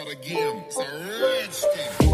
again. It's a rich thing.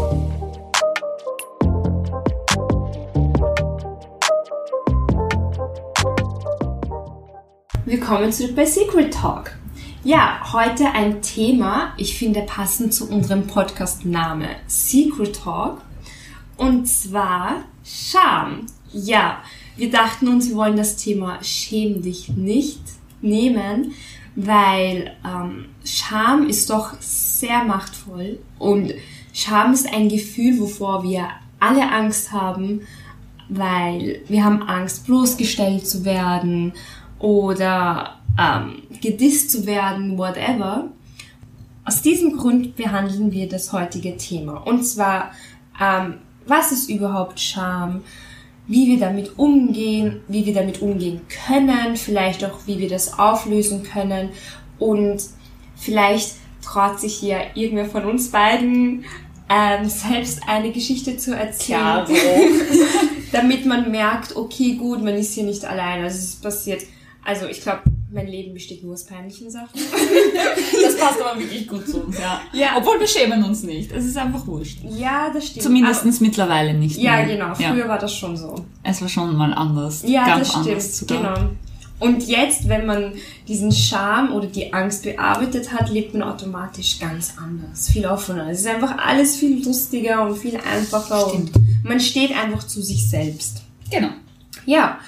Willkommen zurück bei Secret Talk. Ja, heute ein Thema, ich finde passend zu unserem Podcast-Name Secret Talk, und zwar Scham. Ja, wir dachten uns, wir wollen das Thema Schäm dich nicht nehmen, weil Scham ist doch sehr machtvoll und Scham ist ein Gefühl, wovor wir alle Angst haben, weil wir haben Angst, bloßgestellt zu werden oder gedisst zu werden, whatever. Aus diesem Grund behandeln wir das heutige Thema. Und zwar, was ist überhaupt Scham? Wie wir damit umgehen können, vielleicht auch, wie wir das auflösen können. Und vielleicht traut sich hier irgendwer von uns beiden selbst eine Geschichte zu erzählen. Ja, damit man merkt, okay, gut, man ist hier nicht allein. Also es ist passiert. Also ich glaube, mein Leben besteht nur aus peinlichen Sachen. Das passt aber wirklich gut zu uns, ja. Ja. Obwohl wir schämen uns nicht. Es ist einfach wurscht. Ja, das stimmt. Zumindest mittlerweile nicht ja, mehr. genau. Früher war das schon so. Es war schon mal anders. Ja, ganz das anders stimmt. Genau. Und jetzt, wenn man diesen Scham oder die Angst bearbeitet hat, lebt man automatisch ganz anders. Viel offener. Es ist einfach alles viel lustiger und viel einfacher. Stimmt. Und man steht einfach zu sich selbst. Genau. Ja.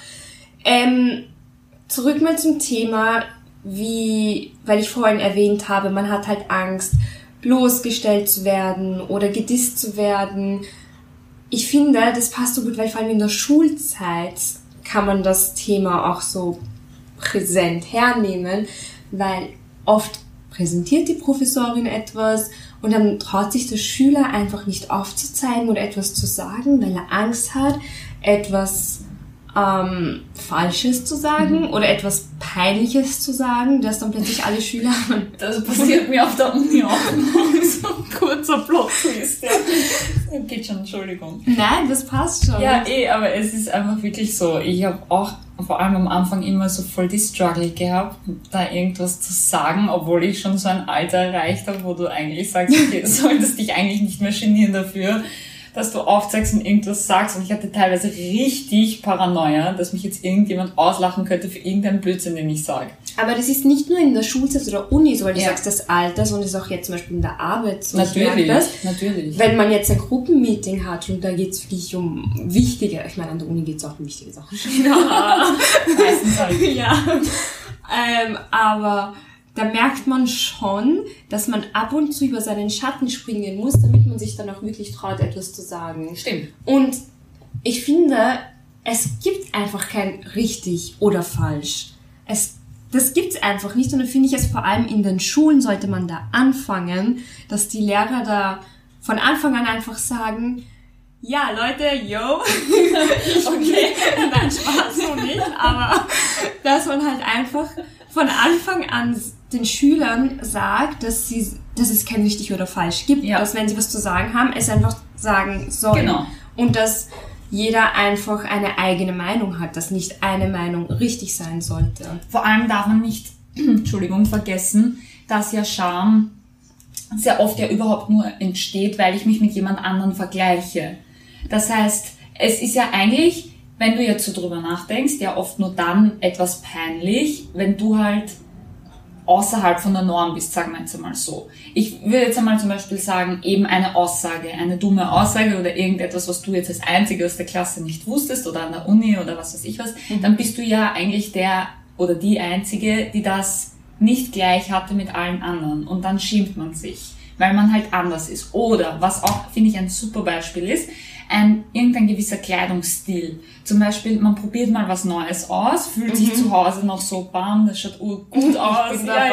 Zurück mal zum Thema, weil ich vorhin erwähnt habe, man hat halt Angst, bloßgestellt zu werden oder gedisst zu werden. Ich finde, das passt so gut, weil vor allem in der Schulzeit kann man das Thema auch so präsent hernehmen, weil oft präsentiert die Professorin etwas und dann traut sich der Schüler einfach nicht aufzuzeigen oder etwas zu sagen, weil er Angst hat, etwas Falsches zu sagen oder etwas Peinliches zu sagen, dass dann plötzlich alle Schüler... Das passiert mir auf der Uni auch noch. So ein kurzer Plot-Twist. Ja. Geht schon, Entschuldigung. Nein, das passt schon. Ja, aber es ist einfach wirklich so. Ich habe auch vor allem am Anfang immer so voll die Struggle gehabt, da irgendwas zu sagen, obwohl ich schon so ein Alter erreicht habe, wo du eigentlich sagst, okay, du solltest dich eigentlich nicht mehr genieren dafür, dass du aufzeigst und irgendwas sagst. Und ich hatte teilweise richtig Paranoia, dass mich jetzt irgendjemand auslachen könnte für irgendeinen Blödsinn, den ich sage. Aber das ist nicht nur in der Schulzeit oder Uni so, weil du sagst das Alter, sondern das ist auch jetzt zum Beispiel in der Arbeit so. Natürlich. Wenn man jetzt ein Gruppenmeeting hat und da geht es wirklich um wichtige, ich meine, an der Uni geht es auch um wichtige Sachen. Meistens halt. Ja. Aber da merkt man schon, dass man ab und zu über seinen Schatten springen muss, damit man sich dann auch wirklich traut, etwas zu sagen. Stimmt. Und ich finde, es gibt einfach kein richtig oder falsch. Das gibt's einfach nicht. Und da finde ich es vor allem in den Schulen sollte man da anfangen, dass die Lehrer da von Anfang an einfach sagen, ja, Leute, yo. Okay, nein, Spaß so nicht. Aber dass man halt einfach von Anfang an den Schülern sagt, dass es kein richtig oder falsch gibt, dass wenn sie was zu sagen haben, es einfach sagen sollen. Genau. Und dass jeder einfach eine eigene Meinung hat, dass nicht eine Meinung richtig sein sollte. Vor allem darf man nicht, vergessen, dass ja Scham sehr oft ja überhaupt nur entsteht, weil ich mich mit jemand anderem vergleiche. Das heißt, es ist ja eigentlich, wenn du jetzt so drüber nachdenkst, ja oft nur dann etwas peinlich, wenn du halt außerhalb von der Norm bist, sagen wir jetzt einmal so. Ich würde jetzt einmal zum Beispiel sagen, eben eine Aussage, eine dumme Aussage oder irgendetwas, was du jetzt als Einzige aus der Klasse nicht wusstest oder an der Uni oder was weiß ich was, dann bist du ja eigentlich der oder die Einzige, die das nicht gleich hatte mit allen anderen. Und dann schämt man sich, weil man halt anders ist. Oder, was auch, finde ich, ein super Beispiel ist, irgendein gewisser Kleidungsstil. Zum Beispiel, man probiert mal was Neues aus, fühlt sich zu Hause noch so, bam, das schaut gut aus.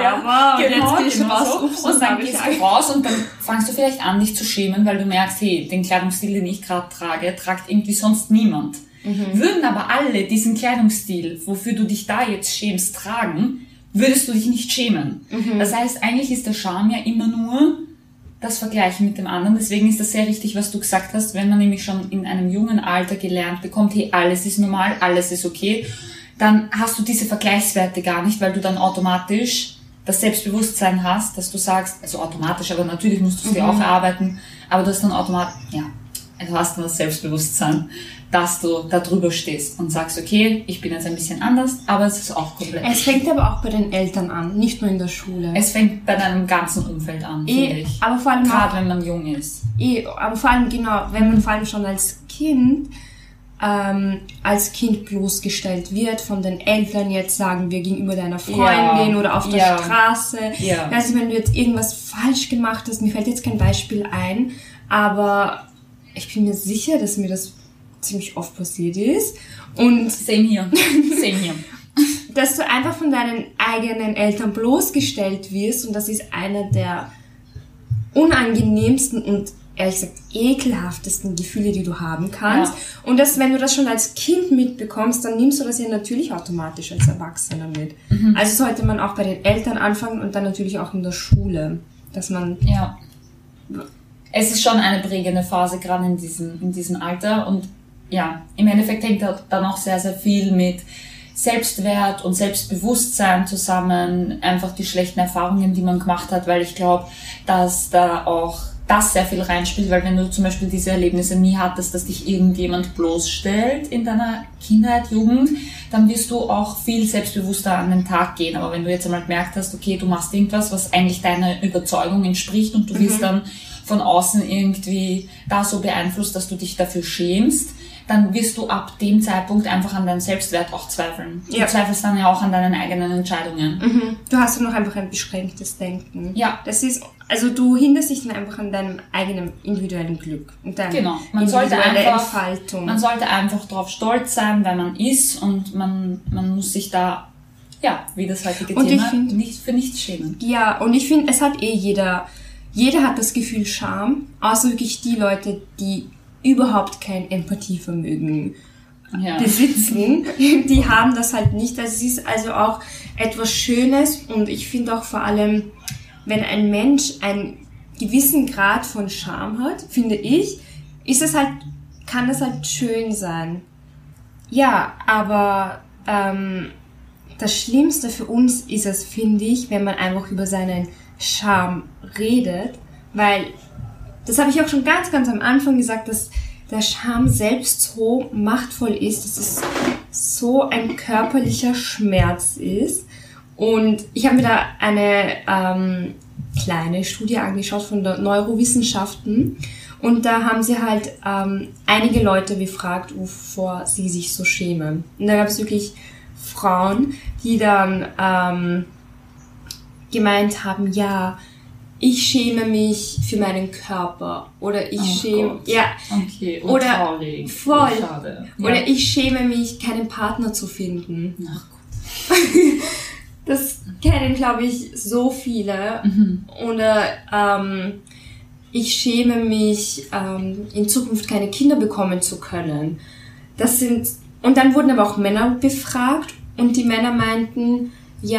Genau so. Und dann gehst du raus und dann fangst du vielleicht an, dich zu schämen, weil du merkst, hey, den Kleidungsstil, den ich gerade trage, tragt irgendwie sonst niemand. Würden aber alle diesen Kleidungsstil, wofür du dich da jetzt schämst, tragen, würdest du dich nicht schämen. Das heißt, eigentlich ist der Scham ja immer nur das Vergleichen mit dem anderen. Deswegen ist das sehr richtig, was du gesagt hast, wenn man nämlich schon in einem jungen Alter gelernt bekommt, hey, alles ist normal, alles ist okay, dann hast du diese Vergleichswerte gar nicht, weil du dann automatisch das Selbstbewusstsein hast, dass du sagst, also automatisch, aber natürlich musst du es dir auch erarbeiten, aber du hast dann automatisch, du hast dann das Selbstbewusstsein, dass du da drüber stehst und sagst, okay, ich bin jetzt ein bisschen anders, aber es ist auch komplett. Es fängt aber auch bei den Eltern an, nicht nur in der Schule. Es fängt bei deinem ganzen Umfeld an, finde ich. Aber vor allem gerade wenn man jung ist. Aber vor allem, genau, wenn man vor allem schon als Kind bloßgestellt wird von den Eltern, jetzt sagen wir gegenüber deiner Freundin oder auf der Straße. Ja. Also wenn du jetzt irgendwas falsch gemacht hast, mir fällt jetzt kein Beispiel ein, aber ich bin mir sicher, dass mir das ziemlich oft passiert ist. Und Same hier. Dass du einfach von deinen eigenen Eltern bloßgestellt wirst, und das ist einer der unangenehmsten und ehrlich gesagt ekelhaftesten Gefühle, die du haben kannst. Ja. Und wenn du das schon als Kind mitbekommst, dann nimmst du das ja natürlich automatisch als Erwachsener mit. Also sollte man auch bei den Eltern anfangen und dann natürlich auch in der Schule, dass man... Ja. Es ist schon eine prägende Phase, gerade in diesem Alter, und ja, im Endeffekt hängt da noch sehr, sehr viel mit Selbstwert und Selbstbewusstsein zusammen, einfach die schlechten Erfahrungen, die man gemacht hat, weil ich glaube, dass da auch das sehr viel reinspielt, weil wenn du zum Beispiel diese Erlebnisse nie hattest, dass dich irgendjemand bloßstellt in deiner Kindheit, Jugend, dann wirst du auch viel selbstbewusster an den Tag gehen. Aber wenn du jetzt einmal gemerkt hast, okay, du machst irgendwas, was eigentlich deiner Überzeugung entspricht, und du wirst dann von außen irgendwie da so beeinflusst, dass du dich dafür schämst, dann wirst du ab dem Zeitpunkt einfach an deinem Selbstwert auch zweifeln. Du zweifelst dann ja auch an deinen eigenen Entscheidungen. Du hast dann noch einfach ein beschränktes Denken. Ja. Das ist, also du hinderst dich dann einfach an deinem eigenen individuellen Glück und deiner individuellen Entfaltung. Man sollte einfach darauf stolz sein, wer man ist, und man muss sich da, wie das heutige Thema, nicht für nichts schämen. Ja, und ich finde, es hat jeder hat das Gefühl Scham, außer wirklich die Leute, die überhaupt kein Empathievermögen besitzen, die haben das halt nicht. Also es ist also auch etwas Schönes, und ich finde auch vor allem, wenn ein Mensch einen gewissen Grad von Scham hat, finde ich, kann das halt schön sein. Ja, aber das Schlimmste für uns ist es, finde ich, wenn man einfach über seinen Scham redet, weil das habe ich auch schon ganz, ganz am Anfang gesagt, dass der Scham selbst so machtvoll ist, dass es so ein körperlicher Schmerz ist. Und ich habe mir da eine kleine Studie angeschaut von der Neurowissenschaften, und da haben sie halt einige Leute befragt, wovor sie sich so schämen. Und da gab es wirklich Frauen, die dann gemeint haben, ich schäme mich für meinen Körper, oder ich schäme, okay, oder traurig, voll, schade. Oder ich schäme mich, keinen Partner zu finden. Ach Gott. Das kennen, glaube ich, so viele. Oder ich schäme mich, in Zukunft keine Kinder bekommen zu können. Und dann wurden aber auch Männer befragt, und die Männer meinten,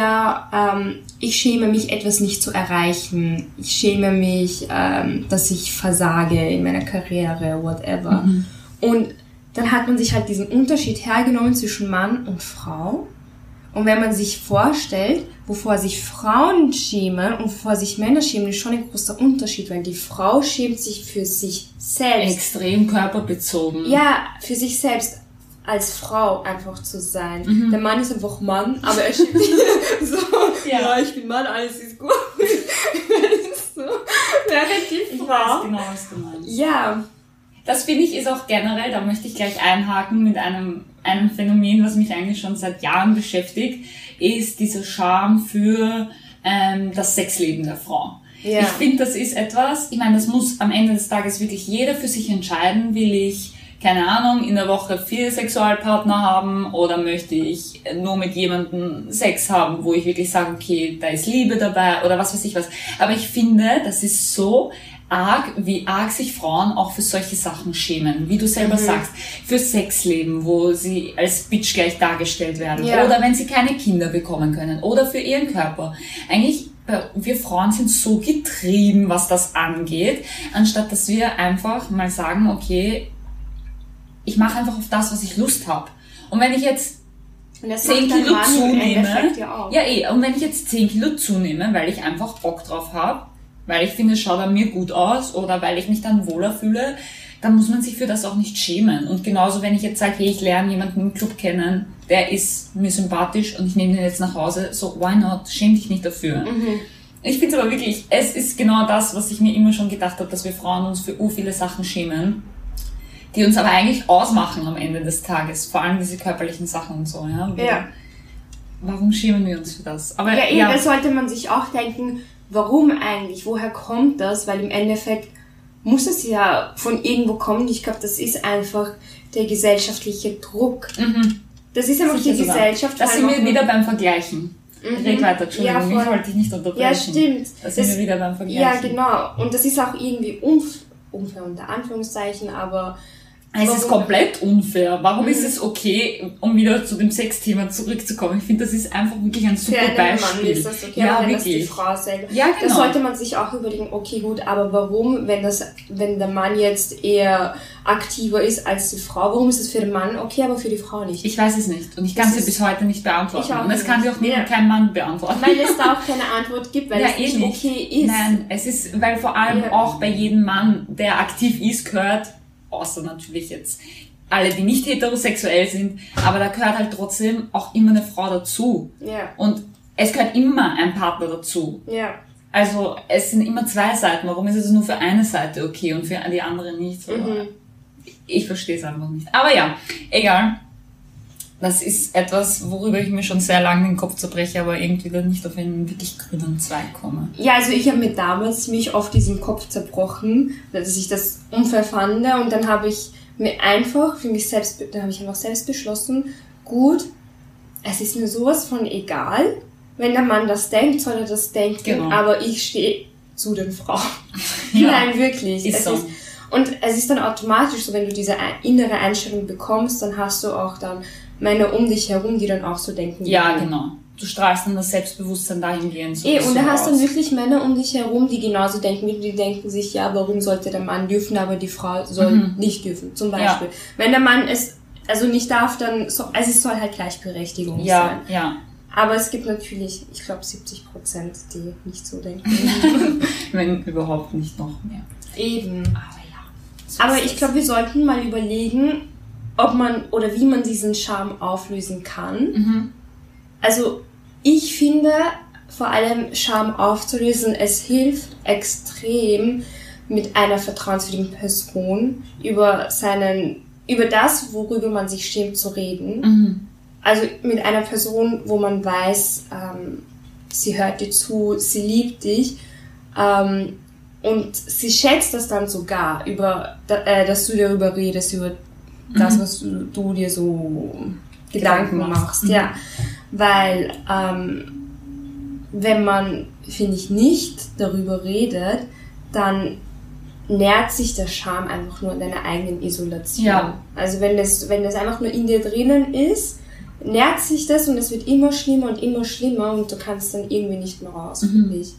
ich schäme mich, etwas nicht zu erreichen. Ich schäme mich, dass ich versage in meiner Karriere, whatever. Und dann hat man sich halt diesen Unterschied hergenommen zwischen Mann und Frau. Und wenn man sich vorstellt, wovor sich Frauen schämen und wovor sich Männer schämen, ist schon ein großer Unterschied, weil die Frau schämt sich für sich selbst. Extrem körperbezogen. Ja, für sich selbst. Als Frau einfach zu sein. Der Mann ist einfach Mann, aber er schämt sich so, ich bin Mann, alles ist gut. So. Während die Frau... Ich weiß genau, was du meinst. Ja. Das finde ich ist auch generell, da möchte ich gleich einhaken mit einem Phänomen, was mich eigentlich schon seit Jahren beschäftigt, ist diese Scham für das Sexleben der Frau. Ja. Ich finde, das ist etwas, ich meine, das muss am Ende des Tages wirklich jeder für sich entscheiden, will ich, keine Ahnung, in der Woche 4 Sexualpartner haben, oder möchte ich nur mit jemandem Sex haben, wo ich wirklich sage, okay, da ist Liebe dabei, oder was weiß ich was. Aber ich finde, das ist so arg, wie arg sich Frauen auch für solche Sachen schämen, wie du selber sagst, für Sexleben, wo sie als Bitch gleich dargestellt werden, oder wenn sie keine Kinder bekommen können, oder für ihren Körper. Eigentlich, wir Frauen sind so getrieben, was das angeht, anstatt dass wir einfach mal sagen, okay, ich mache einfach auf das, was ich Lust habe. Und wenn ich jetzt Und das 10 macht dein Kilo Mann im zunehme, Endeffekt ja auch. und wenn ich jetzt 10 Kilo zunehme, weil ich einfach Bock drauf habe, weil ich finde, es schaut an mir gut aus oder weil ich mich dann wohler fühle, dann muss man sich für das auch nicht schämen. Und genauso, wenn ich jetzt sage, hey, ich lerne jemanden im Club kennen, der ist mir sympathisch und ich nehme den jetzt nach Hause, so why not? Schäm dich nicht dafür. Ich finde es aber wirklich, es ist genau das, was ich mir immer schon gedacht habe, dass wir Frauen uns für viele Sachen schämen, die uns aber eigentlich ausmachen am Ende des Tages. Vor allem diese körperlichen Sachen und so, ja. Warum schämen wir uns für das? Aber da sollte man sich auch denken, warum eigentlich? Woher kommt das? Weil im Endeffekt muss es ja von irgendwo kommen. Ich glaube, das ist einfach der gesellschaftliche Druck. Das ist einfach die Gesellschaft. Das sind wir wieder beim Vergleichen. Red weiter, Entschuldigung, ich wollte dich nicht unterbrechen. Ja, stimmt. Da sind wir wieder beim Vergleichen. Ja, genau. Und das ist auch irgendwie unfair unter Anführungszeichen, aber... Es ist komplett unfair. Warum ist es okay, um wieder zu dem Sexthema zurückzukommen? Ich finde, das ist einfach wirklich ein super Beispiel. Mann ist das okay, ja, aber wenn wirklich. Das die Frau selber... Ja, genau. Da sollte man sich auch überlegen, okay, gut, aber warum, wenn der Mann jetzt eher aktiver ist als die Frau, warum ist es für den Mann okay, aber für die Frau nicht? Ich weiß es nicht. Und ich kann es bis heute nicht beantworten. Und das kann dir auch kein Mann beantworten. Weil es da auch keine Antwort gibt, weil es nicht okay ist. Nein, es ist, weil vor allem auch bei jedem Mann, der aktiv ist, gehört, außer natürlich jetzt alle, die nicht heterosexuell sind, aber da gehört halt trotzdem auch immer eine Frau dazu. Ja. Und es gehört immer ein Partner dazu. Ja. Also es sind immer zwei Seiten. Warum ist es nur für eine Seite okay und für die andere nicht? Ich verstehe es einfach nicht. Aber ja, egal. Das ist etwas, worüber ich mir schon sehr lange den Kopf zerbreche, aber irgendwie dann nicht auf einen wirklich grünen Zweig komme. Ja, also ich habe mir damals ziemlich oft diesen Kopf zerbrochen, dass ich das unfair fand. Und dann habe ich mir einfach für mich selbst, dann habe ich einfach selbst beschlossen, gut, es ist mir sowas von egal. Wenn der Mann das denkt, soll er das denken, genau. Aber ich stehe zu den Frauen. Ja, nein, wirklich. Und es ist dann automatisch so, wenn du diese innere Einstellung bekommst, dann hast du auch dann Männer um dich herum, die dann auch so denken. Ja, genau. Du strahlst dann das Selbstbewusstsein dahingehend so. Und da hast du dann wirklich Männer um dich herum, die genauso denken wie du. Die denken sich, ja, warum sollte der Mann dürfen, aber die Frau soll nicht dürfen, zum Beispiel. Ja. Wenn der Mann es nicht darf, dann, es soll halt Gleichberechtigung sein. Ja. Aber es gibt natürlich, ich glaube, 70%, die nicht so denken. Wenn überhaupt nicht noch mehr. Eben. Aber ich glaube, wir sollten mal überlegen, ob man oder wie man diesen Charme auflösen kann. Also ich finde, vor allem Charme aufzulösen, es hilft extrem, mit einer vertrauenswürdigen Person über das, worüber man sich schämt, zu reden. Also mit einer Person, wo man weiß, sie hört dir zu, sie liebt dich, und sie schätzt das dann sogar, dass du darüber redest, über das, was du dir so Gedanken machst. Ja. Weil, wenn man, finde ich, nicht darüber redet, dann nährt sich der Charme einfach nur in deiner eigenen Isolation. Ja. Also wenn das einfach nur in dir drinnen ist, nährt sich das und es wird immer schlimmer und du kannst dann irgendwie nicht mehr raus, finde ich.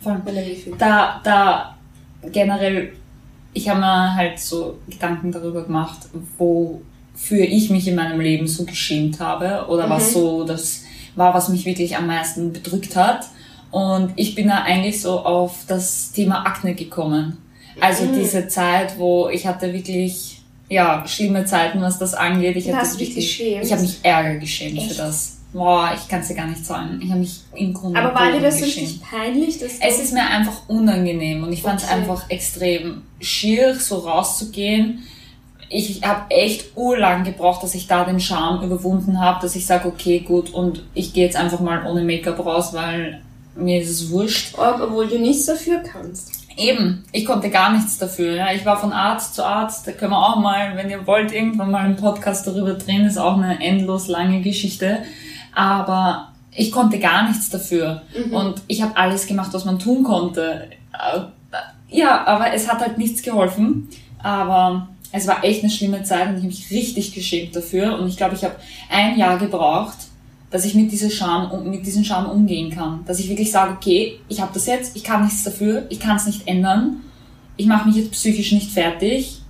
Da generell, ich habe mir halt so Gedanken darüber gemacht, wofür ich mich in meinem Leben so geschämt habe oder was so das war, was mich wirklich am meisten bedrückt hat. Und ich bin da eigentlich so auf das Thema Akne gekommen. Also diese Zeit, wo ich hatte wirklich, schlimme Zeiten, was das angeht. Ich habe mich ärger geschämt. Echt? Für das. Boah, ich kann es dir gar nicht sagen. Ich habe mich im Grunde Aber war dir das richtig peinlich? Es ist mir einfach unangenehm und ich fand es einfach extrem schier, so rauszugehen. Ich habe echt urlang gebraucht, dass ich da den Charme überwunden habe, dass ich sage, okay, gut, und ich gehe jetzt einfach mal ohne Make-up raus, weil mir ist es wurscht. Obwohl du nichts dafür kannst. Eben, ich konnte gar nichts dafür. Ja. Ich war von Arzt zu Arzt, da können wir auch mal, wenn ihr wollt, irgendwann mal einen Podcast darüber drehen, ist auch eine endlos lange Geschichte. Aber ich konnte gar nichts dafür. Und ich habe alles gemacht, was man tun konnte. Ja, aber es hat halt nichts geholfen. Aber es war echt eine schlimme Zeit und ich habe mich richtig geschämt dafür. Und ich glaube, ich habe 1 Jahr gebraucht, dass ich mit diesem Charme umgehen kann. Dass ich wirklich sage, okay, ich habe das jetzt, ich kann nichts dafür, ich kann es nicht ändern. Ich mache mich jetzt psychisch nicht fertig.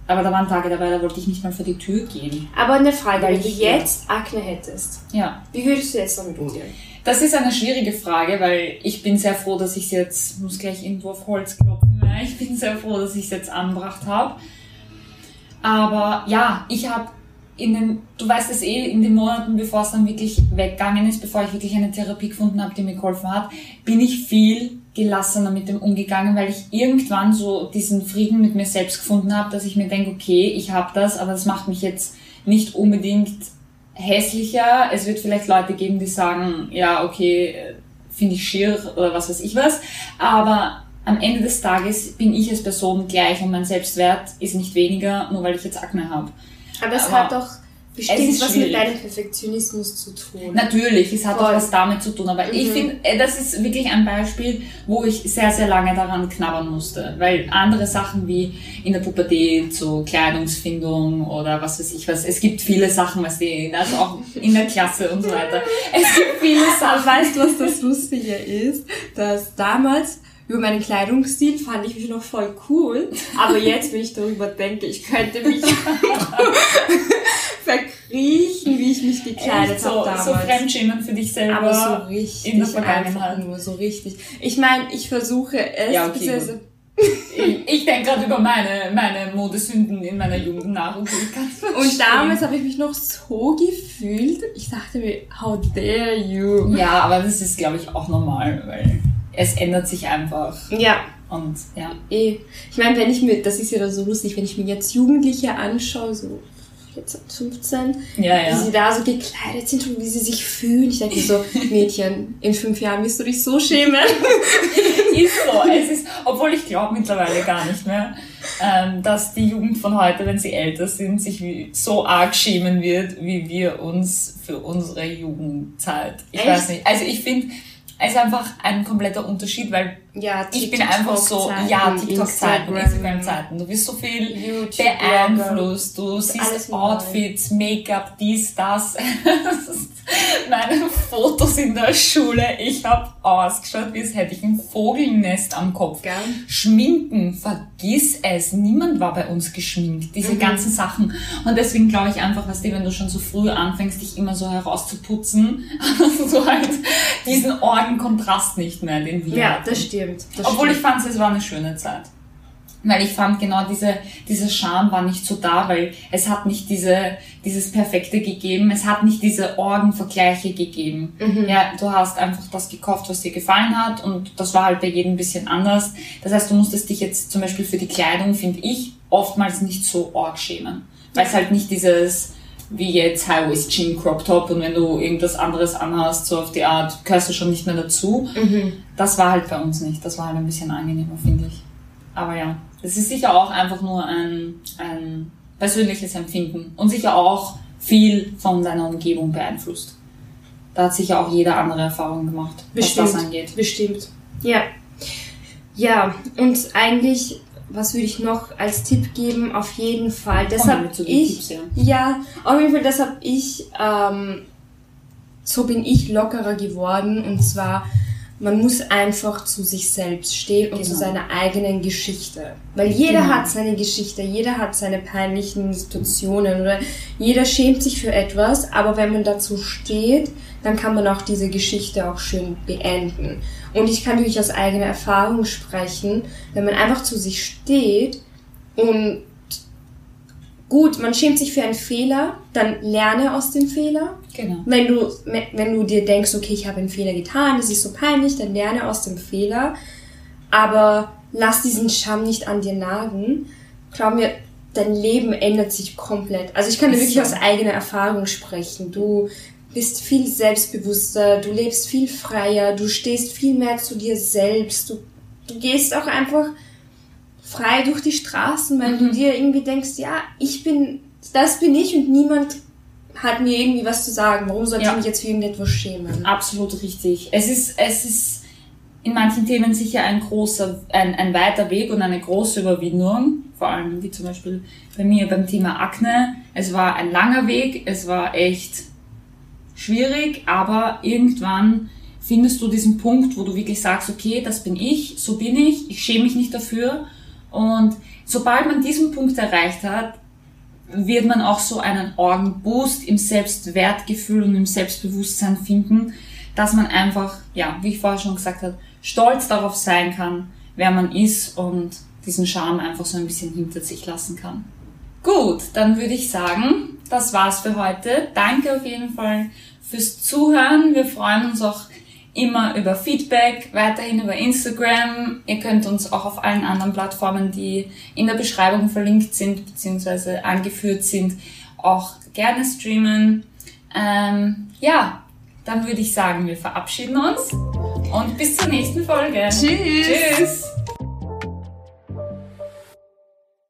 Aber da waren Tage dabei, da wollte ich nicht mal vor die Tür gehen. Aber eine Frage, Weil wenn du ich- jetzt Akne hättest, Ja. wie würdest du jetzt damit umgehen? Das ist eine schwierige Frage, weil ich bin sehr froh, dass ich es jetzt, muss gleich irgendwo auf Holz klopfen, ich bin sehr froh, dass ich es jetzt angebracht habe. Aber ja, ich habe du weißt es in den Monaten, bevor es dann wirklich weggegangen ist, bevor ich wirklich eine Therapie gefunden habe, die mir geholfen hat, bin ich viel gelassener mit dem umgegangen, weil ich irgendwann so diesen Frieden mit mir selbst gefunden habe, dass ich mir denke, okay, ich habe das, aber das macht mich jetzt nicht unbedingt hässlicher. Es wird vielleicht Leute geben, die sagen, ja, okay, finde ich schier oder was weiß ich was, aber am Ende des Tages bin ich als Person gleich und mein Selbstwert ist nicht weniger, nur weil ich jetzt Akne habe. Aber es Aber hat doch bestimmt es ist was schwierig. mit deinem Perfektionismus zu tun. Natürlich, es hat auch Voll. was damit zu tun, aber ich finde, das ist wirklich ein Beispiel, wo ich sehr, sehr lange daran knabbern musste, weil andere Sachen wie in der Pubertät, so Kleidungsfindung oder was weiß ich was, es gibt viele Sachen, also auch in der Klasse und so weiter, es gibt viele Aber Sachen. weißt du, was das Lustige ist? Dass damals über meinen Kleidungsstil fand ich mich noch voll cool, aber jetzt, wenn ich darüber denke, ich könnte mich verkriechen, wie ich mich gekleidet habe damals. So Fremdschämen für dich selber. Aber so richtig, in der Vergangenheit. einfach nur so richtig. Ich meine, ich versuche es, Ja, okay, beziehungsweise- Ich denke gerade über meine Modesünden in meiner Jugend nach und ich kann's und verstehen. damals habe ich mich noch so gefühlt, ich dachte mir, how dare you? Ja, aber das ist, glaube ich, auch normal, weil es ändert sich einfach. Ja, Und ja. eh. Ich meine, wenn ich mir, das ist ja da so lustig, wenn ich mir jetzt Jugendliche anschaue, so 14, 15, Ja, wie ja. sie da so gekleidet sind und wie sie sich fühlen. Ich denke mir so, Mädchen, in 5 Jahren wirst du dich so schämen. Ist so. Es ist, obwohl ich glaube mittlerweile gar nicht mehr, dass die Jugend von heute, wenn sie älter sind, sich so arg schämen wird, wie wir uns für unsere Jugendzeit. Ich Echt? weiß nicht. Also ich finde, es ist einfach ein kompletter Unterschied, weil Ja, ich bin einfach so, ja, TikTok-Zeiten, Instagram-Zeiten. Du wirst so viel YouTube-Blogger. beeinflusst, du alles siehst neu. Outfits, Make-up, dies, das. Meine Fotos in der Schule, ich habe ausgeschaut, wie als hätte ich ein Vogelnest am Kopf. Gell? Schminken, vergiss es. Niemand war bei uns geschminkt. Diese ganzen Sachen. Und deswegen glaube ich einfach, weißt du, wenn du schon so früh anfängst, dich immer so herauszuputzen, hast du halt diesen Orgenkontrast nicht mehr, den wir Ja, hatten. das stimmt. Das Obwohl ich stimmt. fand, es war eine schöne Zeit. Weil ich fand genau diese Charme war nicht so da, weil es hat nicht dieses Perfekte gegeben, es hat nicht diese Orgenvergleiche gegeben. Ja, du hast einfach das gekauft, was dir gefallen hat und das war halt bei jedem ein bisschen anders. Das heißt, du musstest dich jetzt zum Beispiel für die Kleidung, finde ich, oftmals nicht so arg schämen. Weil es halt nicht dieses, wie jetzt High-Waist Jean Crop Top und wenn du irgendwas anderes anhast, so auf die Art, gehörst du schon nicht mehr dazu. Das war halt bei uns nicht. Das war halt ein bisschen angenehmer, finde ich. Aber ja, das ist sicher auch einfach nur ein persönliches Empfinden und sicher auch viel von deiner Umgebung beeinflusst. Da hat sicher auch jeder andere Erfahrungen gemacht, was das angeht. Bestimmt. Ja. Ja, und eigentlich, was würde ich noch als Tipp geben? Auf jeden Fall. Kommen Deshalb wir zu den Tipps, ja. Ja, auf jeden Fall, deshalb so bin ich lockerer geworden und zwar, man muss einfach zu sich selbst stehen und zu Genau. seiner eigenen Geschichte. Weil jeder Genau. hat seine Geschichte, jeder hat seine peinlichen Situationen oder jeder schämt sich für etwas, aber wenn man dazu steht, dann kann man auch diese Geschichte auch schön beenden. Und ich kann wirklich aus eigener Erfahrung sprechen, wenn man einfach zu sich steht und gut, man schämt sich für einen Fehler, dann lerne aus dem Fehler. Genau. Wenn du dir denkst, okay, ich habe einen Fehler getan, das ist so peinlich, dann lerne aus dem Fehler. Aber lass diesen Scham nicht an dir nagen. Glaub mir, dein Leben ändert sich komplett. Also ich kann dir Ist wirklich so. aus eigener Erfahrung sprechen. Du bist viel selbstbewusster, du lebst viel freier, du stehst viel mehr zu dir selbst. Du gehst auch einfach frei durch die Straßen, weil du dir irgendwie denkst, ja, das bin ich und niemand hat mir irgendwie was zu sagen. Warum sollte Ja. ich mich jetzt für irgendetwas schämen? Absolut richtig. Es ist in manchen Themen sicher ein weiter Weg und eine große Überwindung. Vor allem wie zum Beispiel bei mir beim Thema Akne. Es war ein langer Weg, es war echt schwierig, aber irgendwann findest du diesen Punkt, wo du wirklich sagst, okay, das bin ich, so bin ich schäme mich nicht dafür Und sobald man diesen Punkt erreicht hat, wird man auch so einen Orgenboost im Selbstwertgefühl und im Selbstbewusstsein finden, dass man einfach, ja, wie ich vorher schon gesagt habe, stolz darauf sein kann, wer man ist und diesen Charme einfach so ein bisschen hinter sich lassen kann. Gut, dann würde ich sagen, das war's für heute. Danke auf jeden Fall fürs Zuhören. Wir freuen uns auch immer über Feedback, weiterhin über Instagram. Ihr könnt uns auch auf allen anderen Plattformen, die in der Beschreibung verlinkt sind bzw. angeführt sind, auch gerne streamen. Ja, dann würde ich sagen, wir verabschieden uns und bis zur nächsten Folge. Tschüss. Tschüss.